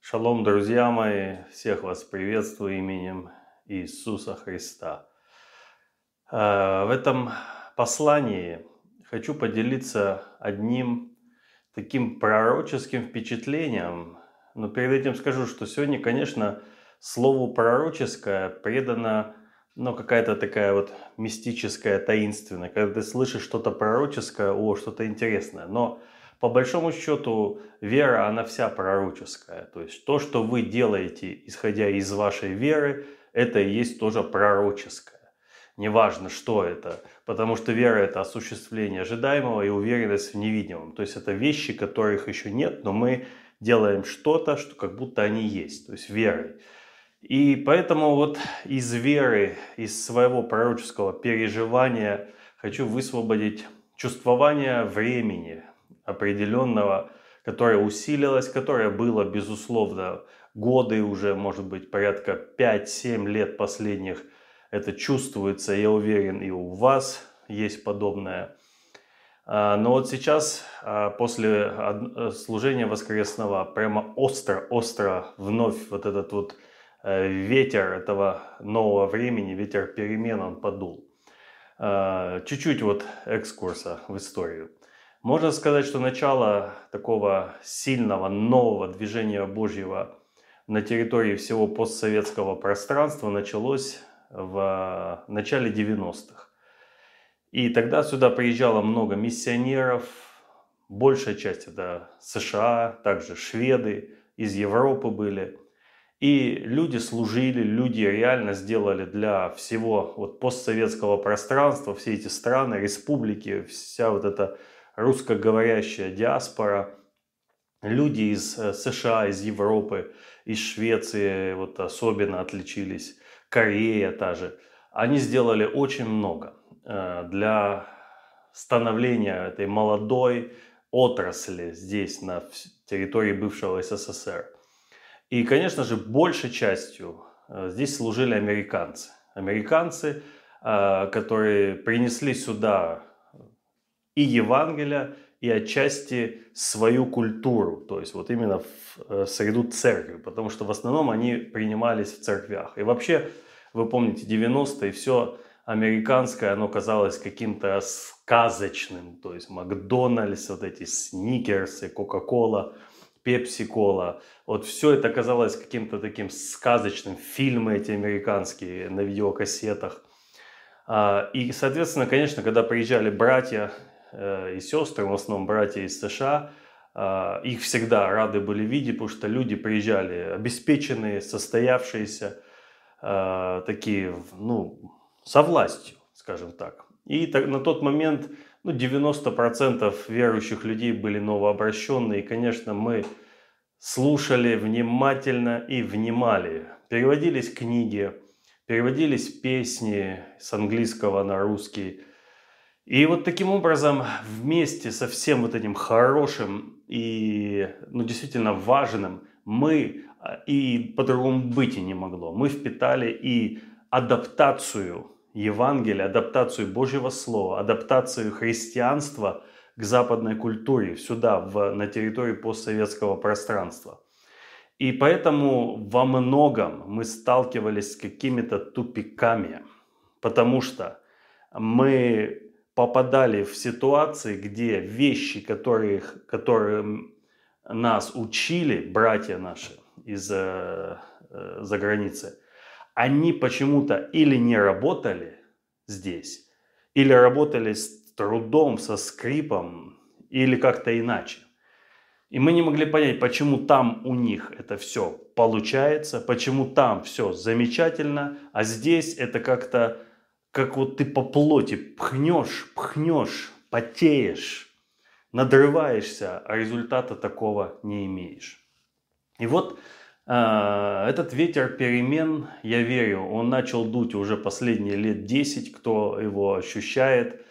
Шалом, друзья мои! Всех вас приветствую именем Иисуса Христа. В этом послании хочу поделиться одним таким пророческим впечатлением. Но перед этим скажу, что сегодня, конечно, слову пророческое предана какая-то такая вот мистическая, таинственная. Когда ты слышишь что-то пророческое, что-то интересное. Но по большому счету вера, она вся пророческая. То есть то, что вы делаете, исходя из вашей веры, это и есть тоже пророческое. Неважно, что это, потому что вера – это осуществление ожидаемого и уверенность в невидимом. То есть это вещи, которых еще нет, но мы делаем что-то, что как будто они есть, то есть верой. И поэтому вот из веры, из своего пророческого переживания хочу высвободить чувствование времени определенного, которое усилилось, которое было, безусловно, годы уже, может быть, порядка 5-7 лет последних. Это чувствуется, я уверен, и у вас есть подобное. Но вот сейчас, после служения воскресного, прямо остро вновь вот этот вот ветер этого нового времени, ветер перемен, он подул. Чуть-чуть вот экскурса в историю. Можно сказать, что начало такого сильного нового движения Божьего на территории всего постсоветского пространства началось в начале 90-х. И тогда сюда приезжало много миссионеров, большая часть это США, также шведы, из Европы были. И люди служили, люди реально сделали для всего вот постсоветского пространства, все эти страны, республики, вся вот эта русскоговорящая диаспора, люди из США, из Европы, из Швеции вот особенно отличились, Корея та же. Они сделали очень много для становления этой молодой отрасли здесь, на территории бывшего СССР. И, конечно же, большей частью здесь служили американцы. Американцы, которые принесли сюда и Евангелие, и отчасти свою культуру, то есть вот именно в среду церкви, потому что в основном они принимались в церквях. И вообще, вы помните, 90-е, все американское, оно казалось каким-то сказочным, то есть Макдональдс, вот эти Сникерсы, Кока-Кола, Пепси-Кола, вот все это казалось каким-то таким сказочным, фильмы эти американские на видеокассетах. И, соответственно, конечно, когда приезжали братья и сестры, в основном братья из США, их всегда рады были видеть, потому что люди приезжали обеспеченные, состоявшиеся, такие, со властью, скажем так. И на тот момент 90% верующих людей были новообращенные. И, конечно, мы слушали внимательно и внимали. Переводились книги, переводились песни с английского на русский. И вот таким образом вместе со всем вот этим хорошим и действительно важным мы, и по-другому быть и не могло, мы впитали и адаптацию Евангелия, адаптацию Божьего Слова, адаптацию христианства к западной культуре сюда, на территории постсоветского пространства. И поэтому во многом мы сталкивались с какими-то тупиками, потому что мы попадали в ситуации, где вещи, которым нас учили братья наши из-за границы, они почему-то или не работали здесь, или работали с трудом, со скрипом, или как-то иначе. И мы не могли понять, почему там у них это все получается, почему там все замечательно, а здесь это как-то, как вот ты по плоти пхнешь, потеешь, надрываешься, а результата такого не имеешь. И вот этот ветер перемен, я верю, он начал дуть уже последние лет 10, кто его ощущает.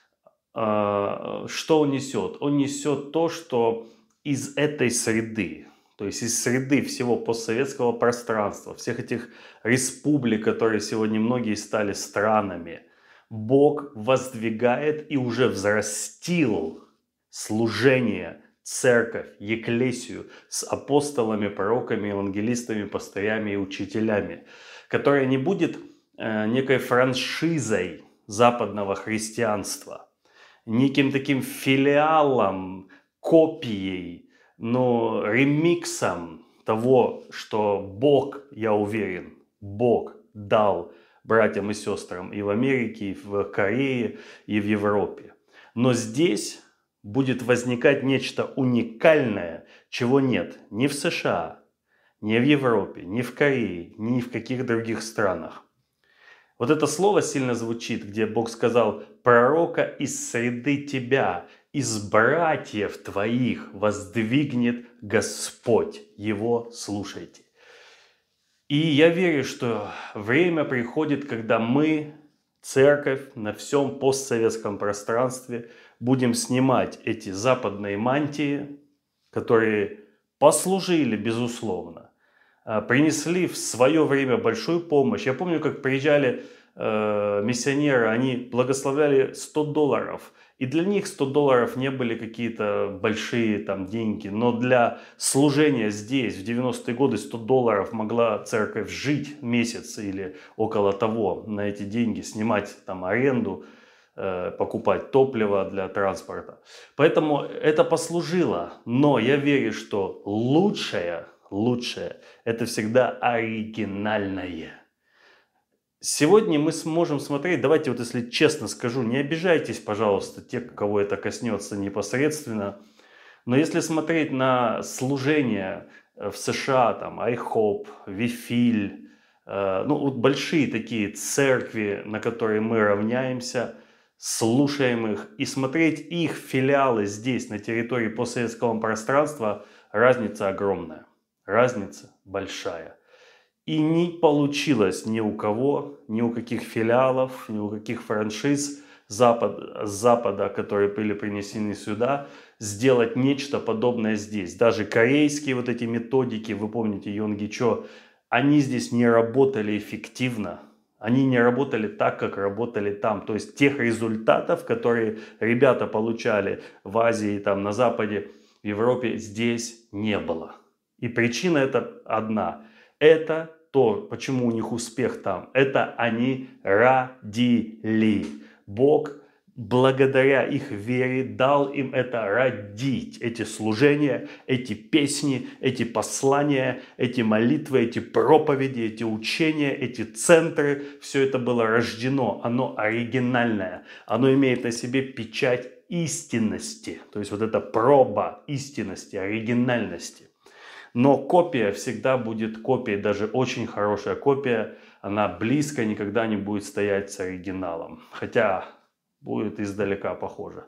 Что он несет? Он несет то, что из этой среды, то есть из среды всего постсоветского пространства, всех этих республик, которые сегодня многие стали странами, Бог воздвигает и уже взрастил служение церковь, екклесию с апостолами, пророками, евангелистами, пастырями и учителями, которая не будет некой франшизой западного христианства, неким таким филиалом, копией, но ремиксом того, что Бог, я уверен, Бог дал братьям и сестрам и в Америке, и в Корее, и в Европе. Но здесь будет возникать нечто уникальное, чего нет ни в США, ни в Европе, ни в Корее, ни в каких других странах. Вот это слово сильно звучит, где Бог сказал: «Пророка из среды тебя, из братьев твоих воздвигнет Господь, его слушайте». И я верю, что время приходит, когда мы, церковь, на всем постсоветском пространстве будем снимать эти западные мантии, которые послужили, безусловно, принесли в свое время большую помощь. Я помню, как приезжали миссионеры, они благословляли $100. И для них $100 не были какие-то большие там деньги. Но для служения здесь в 90-е годы $100 могла церковь жить месяц или около того на эти деньги, снимать там аренду, покупать топливо для транспорта. Поэтому это послужило. Но я верю, что лучшее это всегда оригинальное. Сегодня мы сможем смотреть, давайте вот если честно скажу, не обижайтесь, пожалуйста, те, кого это коснется непосредственно, но если смотреть на служение в США, там, iHope, Вифиль, ну вот большие такие церкви, на которые мы равняемся, слушаем их, и смотреть их филиалы здесь, на территории постсоветского пространства, разница огромная. Разница большая. И не получилось ни у кого, ни у каких филиалов, ни у каких франшиз Запада, которые были принесены сюда, сделать нечто подобное здесь. Даже корейские вот эти методики, вы помните, Йонги Чо, они здесь не работали эффективно. Они не работали так, как работали там. То есть тех результатов, которые ребята получали в Азии, там, на Западе, в Европе, здесь не было. И причина это одна. Это то, почему у них успех там. Это они родили. Бог, благодаря их вере, дал им это родить. Эти служения, эти песни, эти послания, эти молитвы, эти проповеди, эти учения, эти центры. Все это было рождено. Оно оригинальное. Оно имеет на себе печать истинности. То есть вот эта проба истинности, оригинальности. Но копия всегда будет копией, даже очень хорошая копия, она близко никогда не будет стоять с оригиналом. Хотя будет издалека похоже.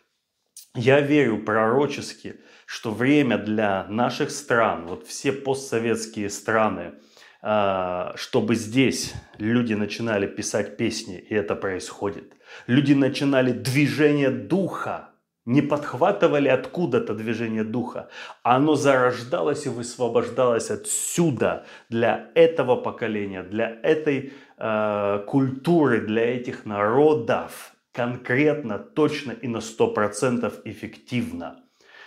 Я верю пророчески, что время для наших стран, вот все постсоветские страны, чтобы здесь люди начинали писать песни, и это происходит. Люди начинали движение духа. Не подхватывали откуда-то движение духа, а оно зарождалось и высвобождалось отсюда для этого поколения, для этой культуры, для этих народов конкретно, точно и на 100% эффективно.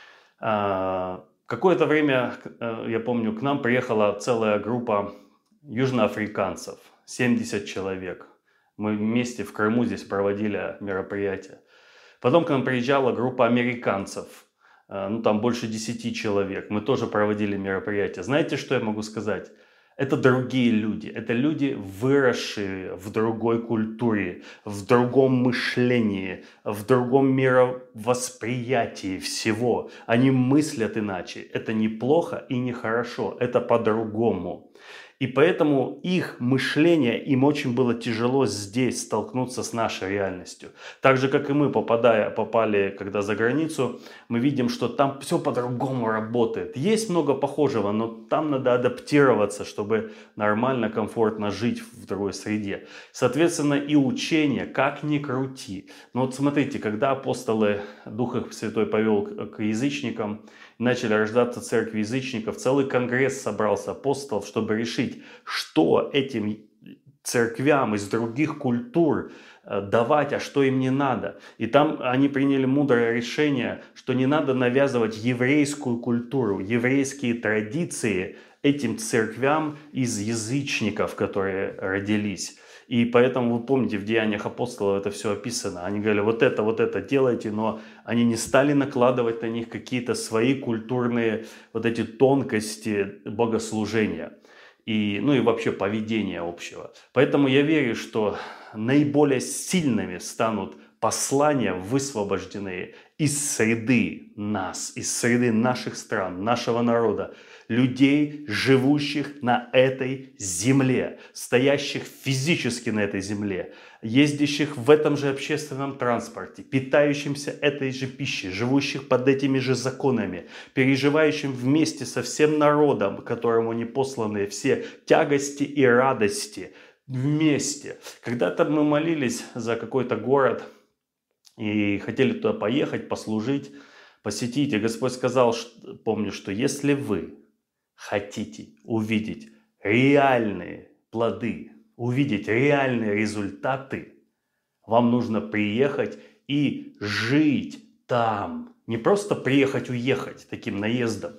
Какое-то время, я помню, к нам приехала целая группа южноафриканцев, 70 человек. Мы вместе в Крыму здесь проводили мероприятие. Потом к нам приезжала группа американцев, ну там больше 10 человек, мы тоже проводили мероприятия. Знаете, что я могу сказать? Это другие люди, это люди, выросшие в другой культуре, в другом мышлении, в другом мировосприятии всего. Они мыслят иначе, это не плохо и не хорошо, это по-другому. И поэтому их мышление, им очень было тяжело здесь столкнуться с нашей реальностью. Так же, как и мы, попали, когда за границу, мы видим, что там все по-другому работает. Есть много похожего, но там надо адаптироваться, чтобы нормально, комфортно жить в другой среде. Соответственно, и учение, как ни крути. Но вот смотрите, когда апостолы, Дух их Святой повел к язычникам, начали рождаться церкви язычников, целый конгресс собрался апостолов, чтобы решить, что этим церквям из других культур давать, а что им не надо. И там они приняли мудрое решение, что не надо навязывать еврейскую культуру, еврейские традиции этим церквям из язычников, которые родились. И поэтому вы помните, в Деяниях апостолов это все описано. Они говорили, вот это делайте, но они не стали накладывать на них какие-то свои культурные вот эти тонкости богослужения. И, ну и вообще поведения общего. Поэтому я верю, что наиболее сильными станут послания, высвобожденные из среды нас, из среды наших стран, нашего народа, людей, живущих на этой земле, стоящих физически на этой земле, ездящих в этом же общественном транспорте, питающимся этой же пищей, живущих под этими же законами, переживающим вместе со всем народом, которому не посланы все тягости и радости, вместе. Когда-то мы молились за какой-то город и хотели туда поехать, послужить, посетить. И Господь сказал, помню, что если вы хотите увидеть реальные плоды, увидеть реальные результаты, вам нужно приехать и жить там. Не просто приехать-уехать таким наездом.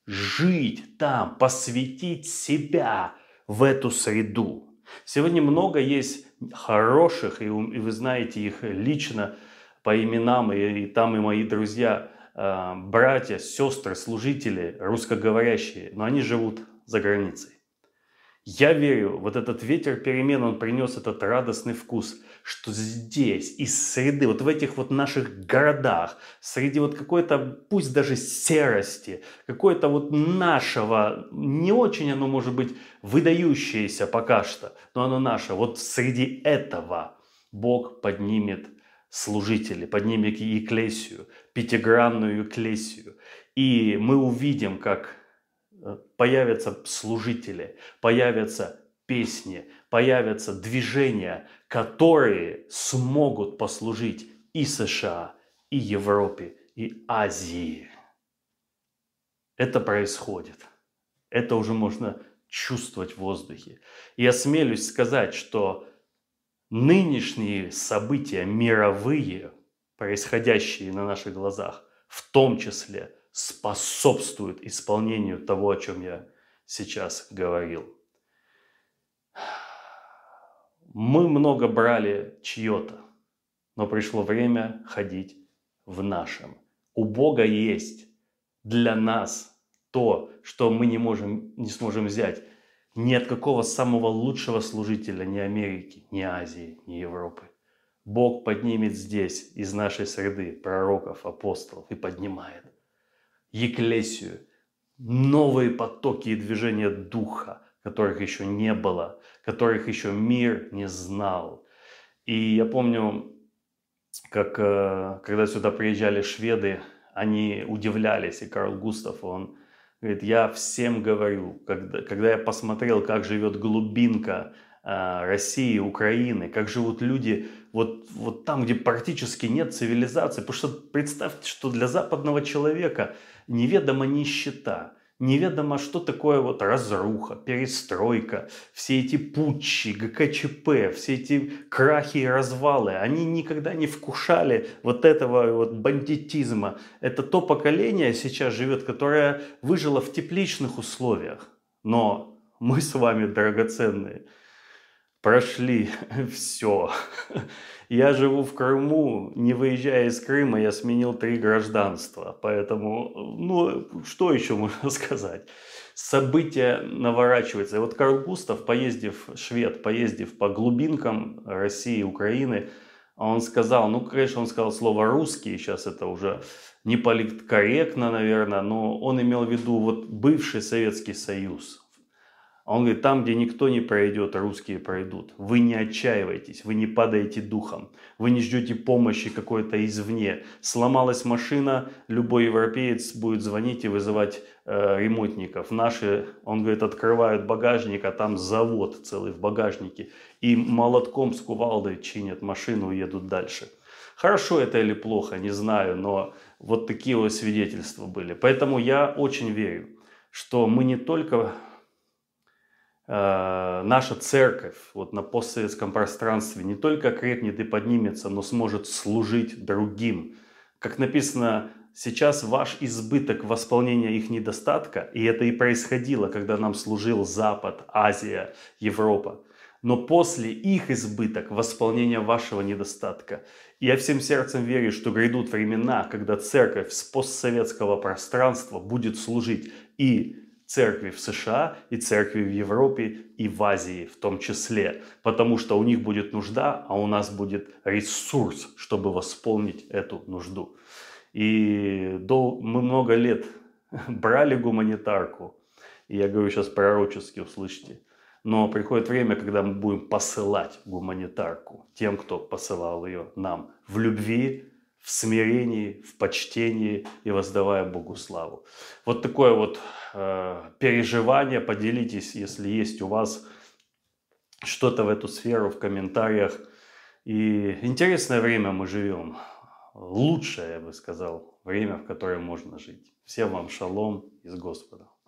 Жить там, посвятить себя в эту среду. Сегодня много есть хороших, и вы знаете их лично по именам, и там и мои друзья, братья, сестры, служители, русскоговорящие, но они живут за границей. Я верю, вот этот ветер перемен, он принес этот радостный вкус, что здесь, из среды, вот в этих вот наших городах, среди вот какой-то, пусть даже серости, какой-то вот нашего, не очень оно может быть выдающееся пока что, но оно наше. Вот среди этого Бог поднимет служителей, поднимет екклесию, пятигранную екклесию. И мы увидим, как появятся служители, появятся песни, появятся движения, которые смогут послужить и США, и Европе, и Азии. Это происходит. Это уже можно чувствовать в воздухе. И осмелюсь сказать, что нынешние события мировые, происходящие на наших глазах, в том числе способствуют исполнению того, о чем я сейчас говорил. Мы много брали чье-то, но пришло время ходить в нашем. У Бога есть для нас то, что мы не сможем взять ни от какого самого лучшего служителя ни Америки, ни Азии, ни Европы. Бог поднимет здесь из нашей среды пророков, апостолов и поднимает екклесию, новые потоки и движения Духа, которых еще не было, которых еще мир не знал. И я помню, как когда сюда приезжали шведы, они удивлялись, и Карл Густав, он говорит, я всем говорю, когда я посмотрел, как живет глубинка России, Украины, как живут люди вот там, где практически нет цивилизации. Потому что представьте, что для западного человека неведома нищета, неведомо, что такое вот разруха, перестройка, все эти путчи, ГКЧП, все эти крахи и развалы. Они никогда не вкушали вот этого вот бандитизма. Это то поколение сейчас живет, которое выжило в тепличных условиях. Но мы с вами, драгоценные, прошли все. Я живу в Крыму, не выезжая из Крыма, я сменил 3 гражданства. Поэтому, ну, что еще можно сказать? События наворачиваются. И вот Карл Густав, швед, поездив по глубинкам России, Украины, он сказал, ну, конечно, он сказал слово «русский», сейчас это уже не политкорректно, наверное, но он имел в виду вот бывший Советский Союз. Он говорит, там, где никто не пройдет, русские пройдут. Вы не отчаивайтесь, вы не падаете духом, вы не ждете помощи какой-то извне. Сломалась машина, любой европеец будет звонить и вызывать ремонтников. Наши, он говорит, открывают багажник, а там завод целый в багажнике. И молотком с кувалдой чинят машину и едут дальше. Хорошо это или плохо, не знаю, но вот такие вот свидетельства были. Поэтому я очень верю, что мы не только наша церковь вот на постсоветском пространстве не только крепнет и поднимется, но сможет служить другим. Как написано, сейчас ваш избыток восполнения их недостатка, и это и происходило, когда нам служил Запад, Азия, Европа. Но после их избыток восполнения вашего недостатка. И я всем сердцем верю, что грядут времена, когда церковь с постсоветского пространства будет служить и церкви в США, и церкви в Европе, и в Азии в том числе. Потому что у них будет нужда, а у нас будет ресурс, чтобы восполнить эту нужду. И мы много лет брали гуманитарку, и я говорю сейчас пророчески, услышьте. Но приходит время, когда мы будем посылать гуманитарку тем, кто посылал ее нам в любви, в смирении, в почтении и воздавая Богу славу. Вот такое вот переживание. Поделитесь, если есть у вас что-то в эту сферу в комментариях. И интересное время мы живем. Лучшее, я бы сказал, время, в которое можно жить. Всем вам шалом из Господа.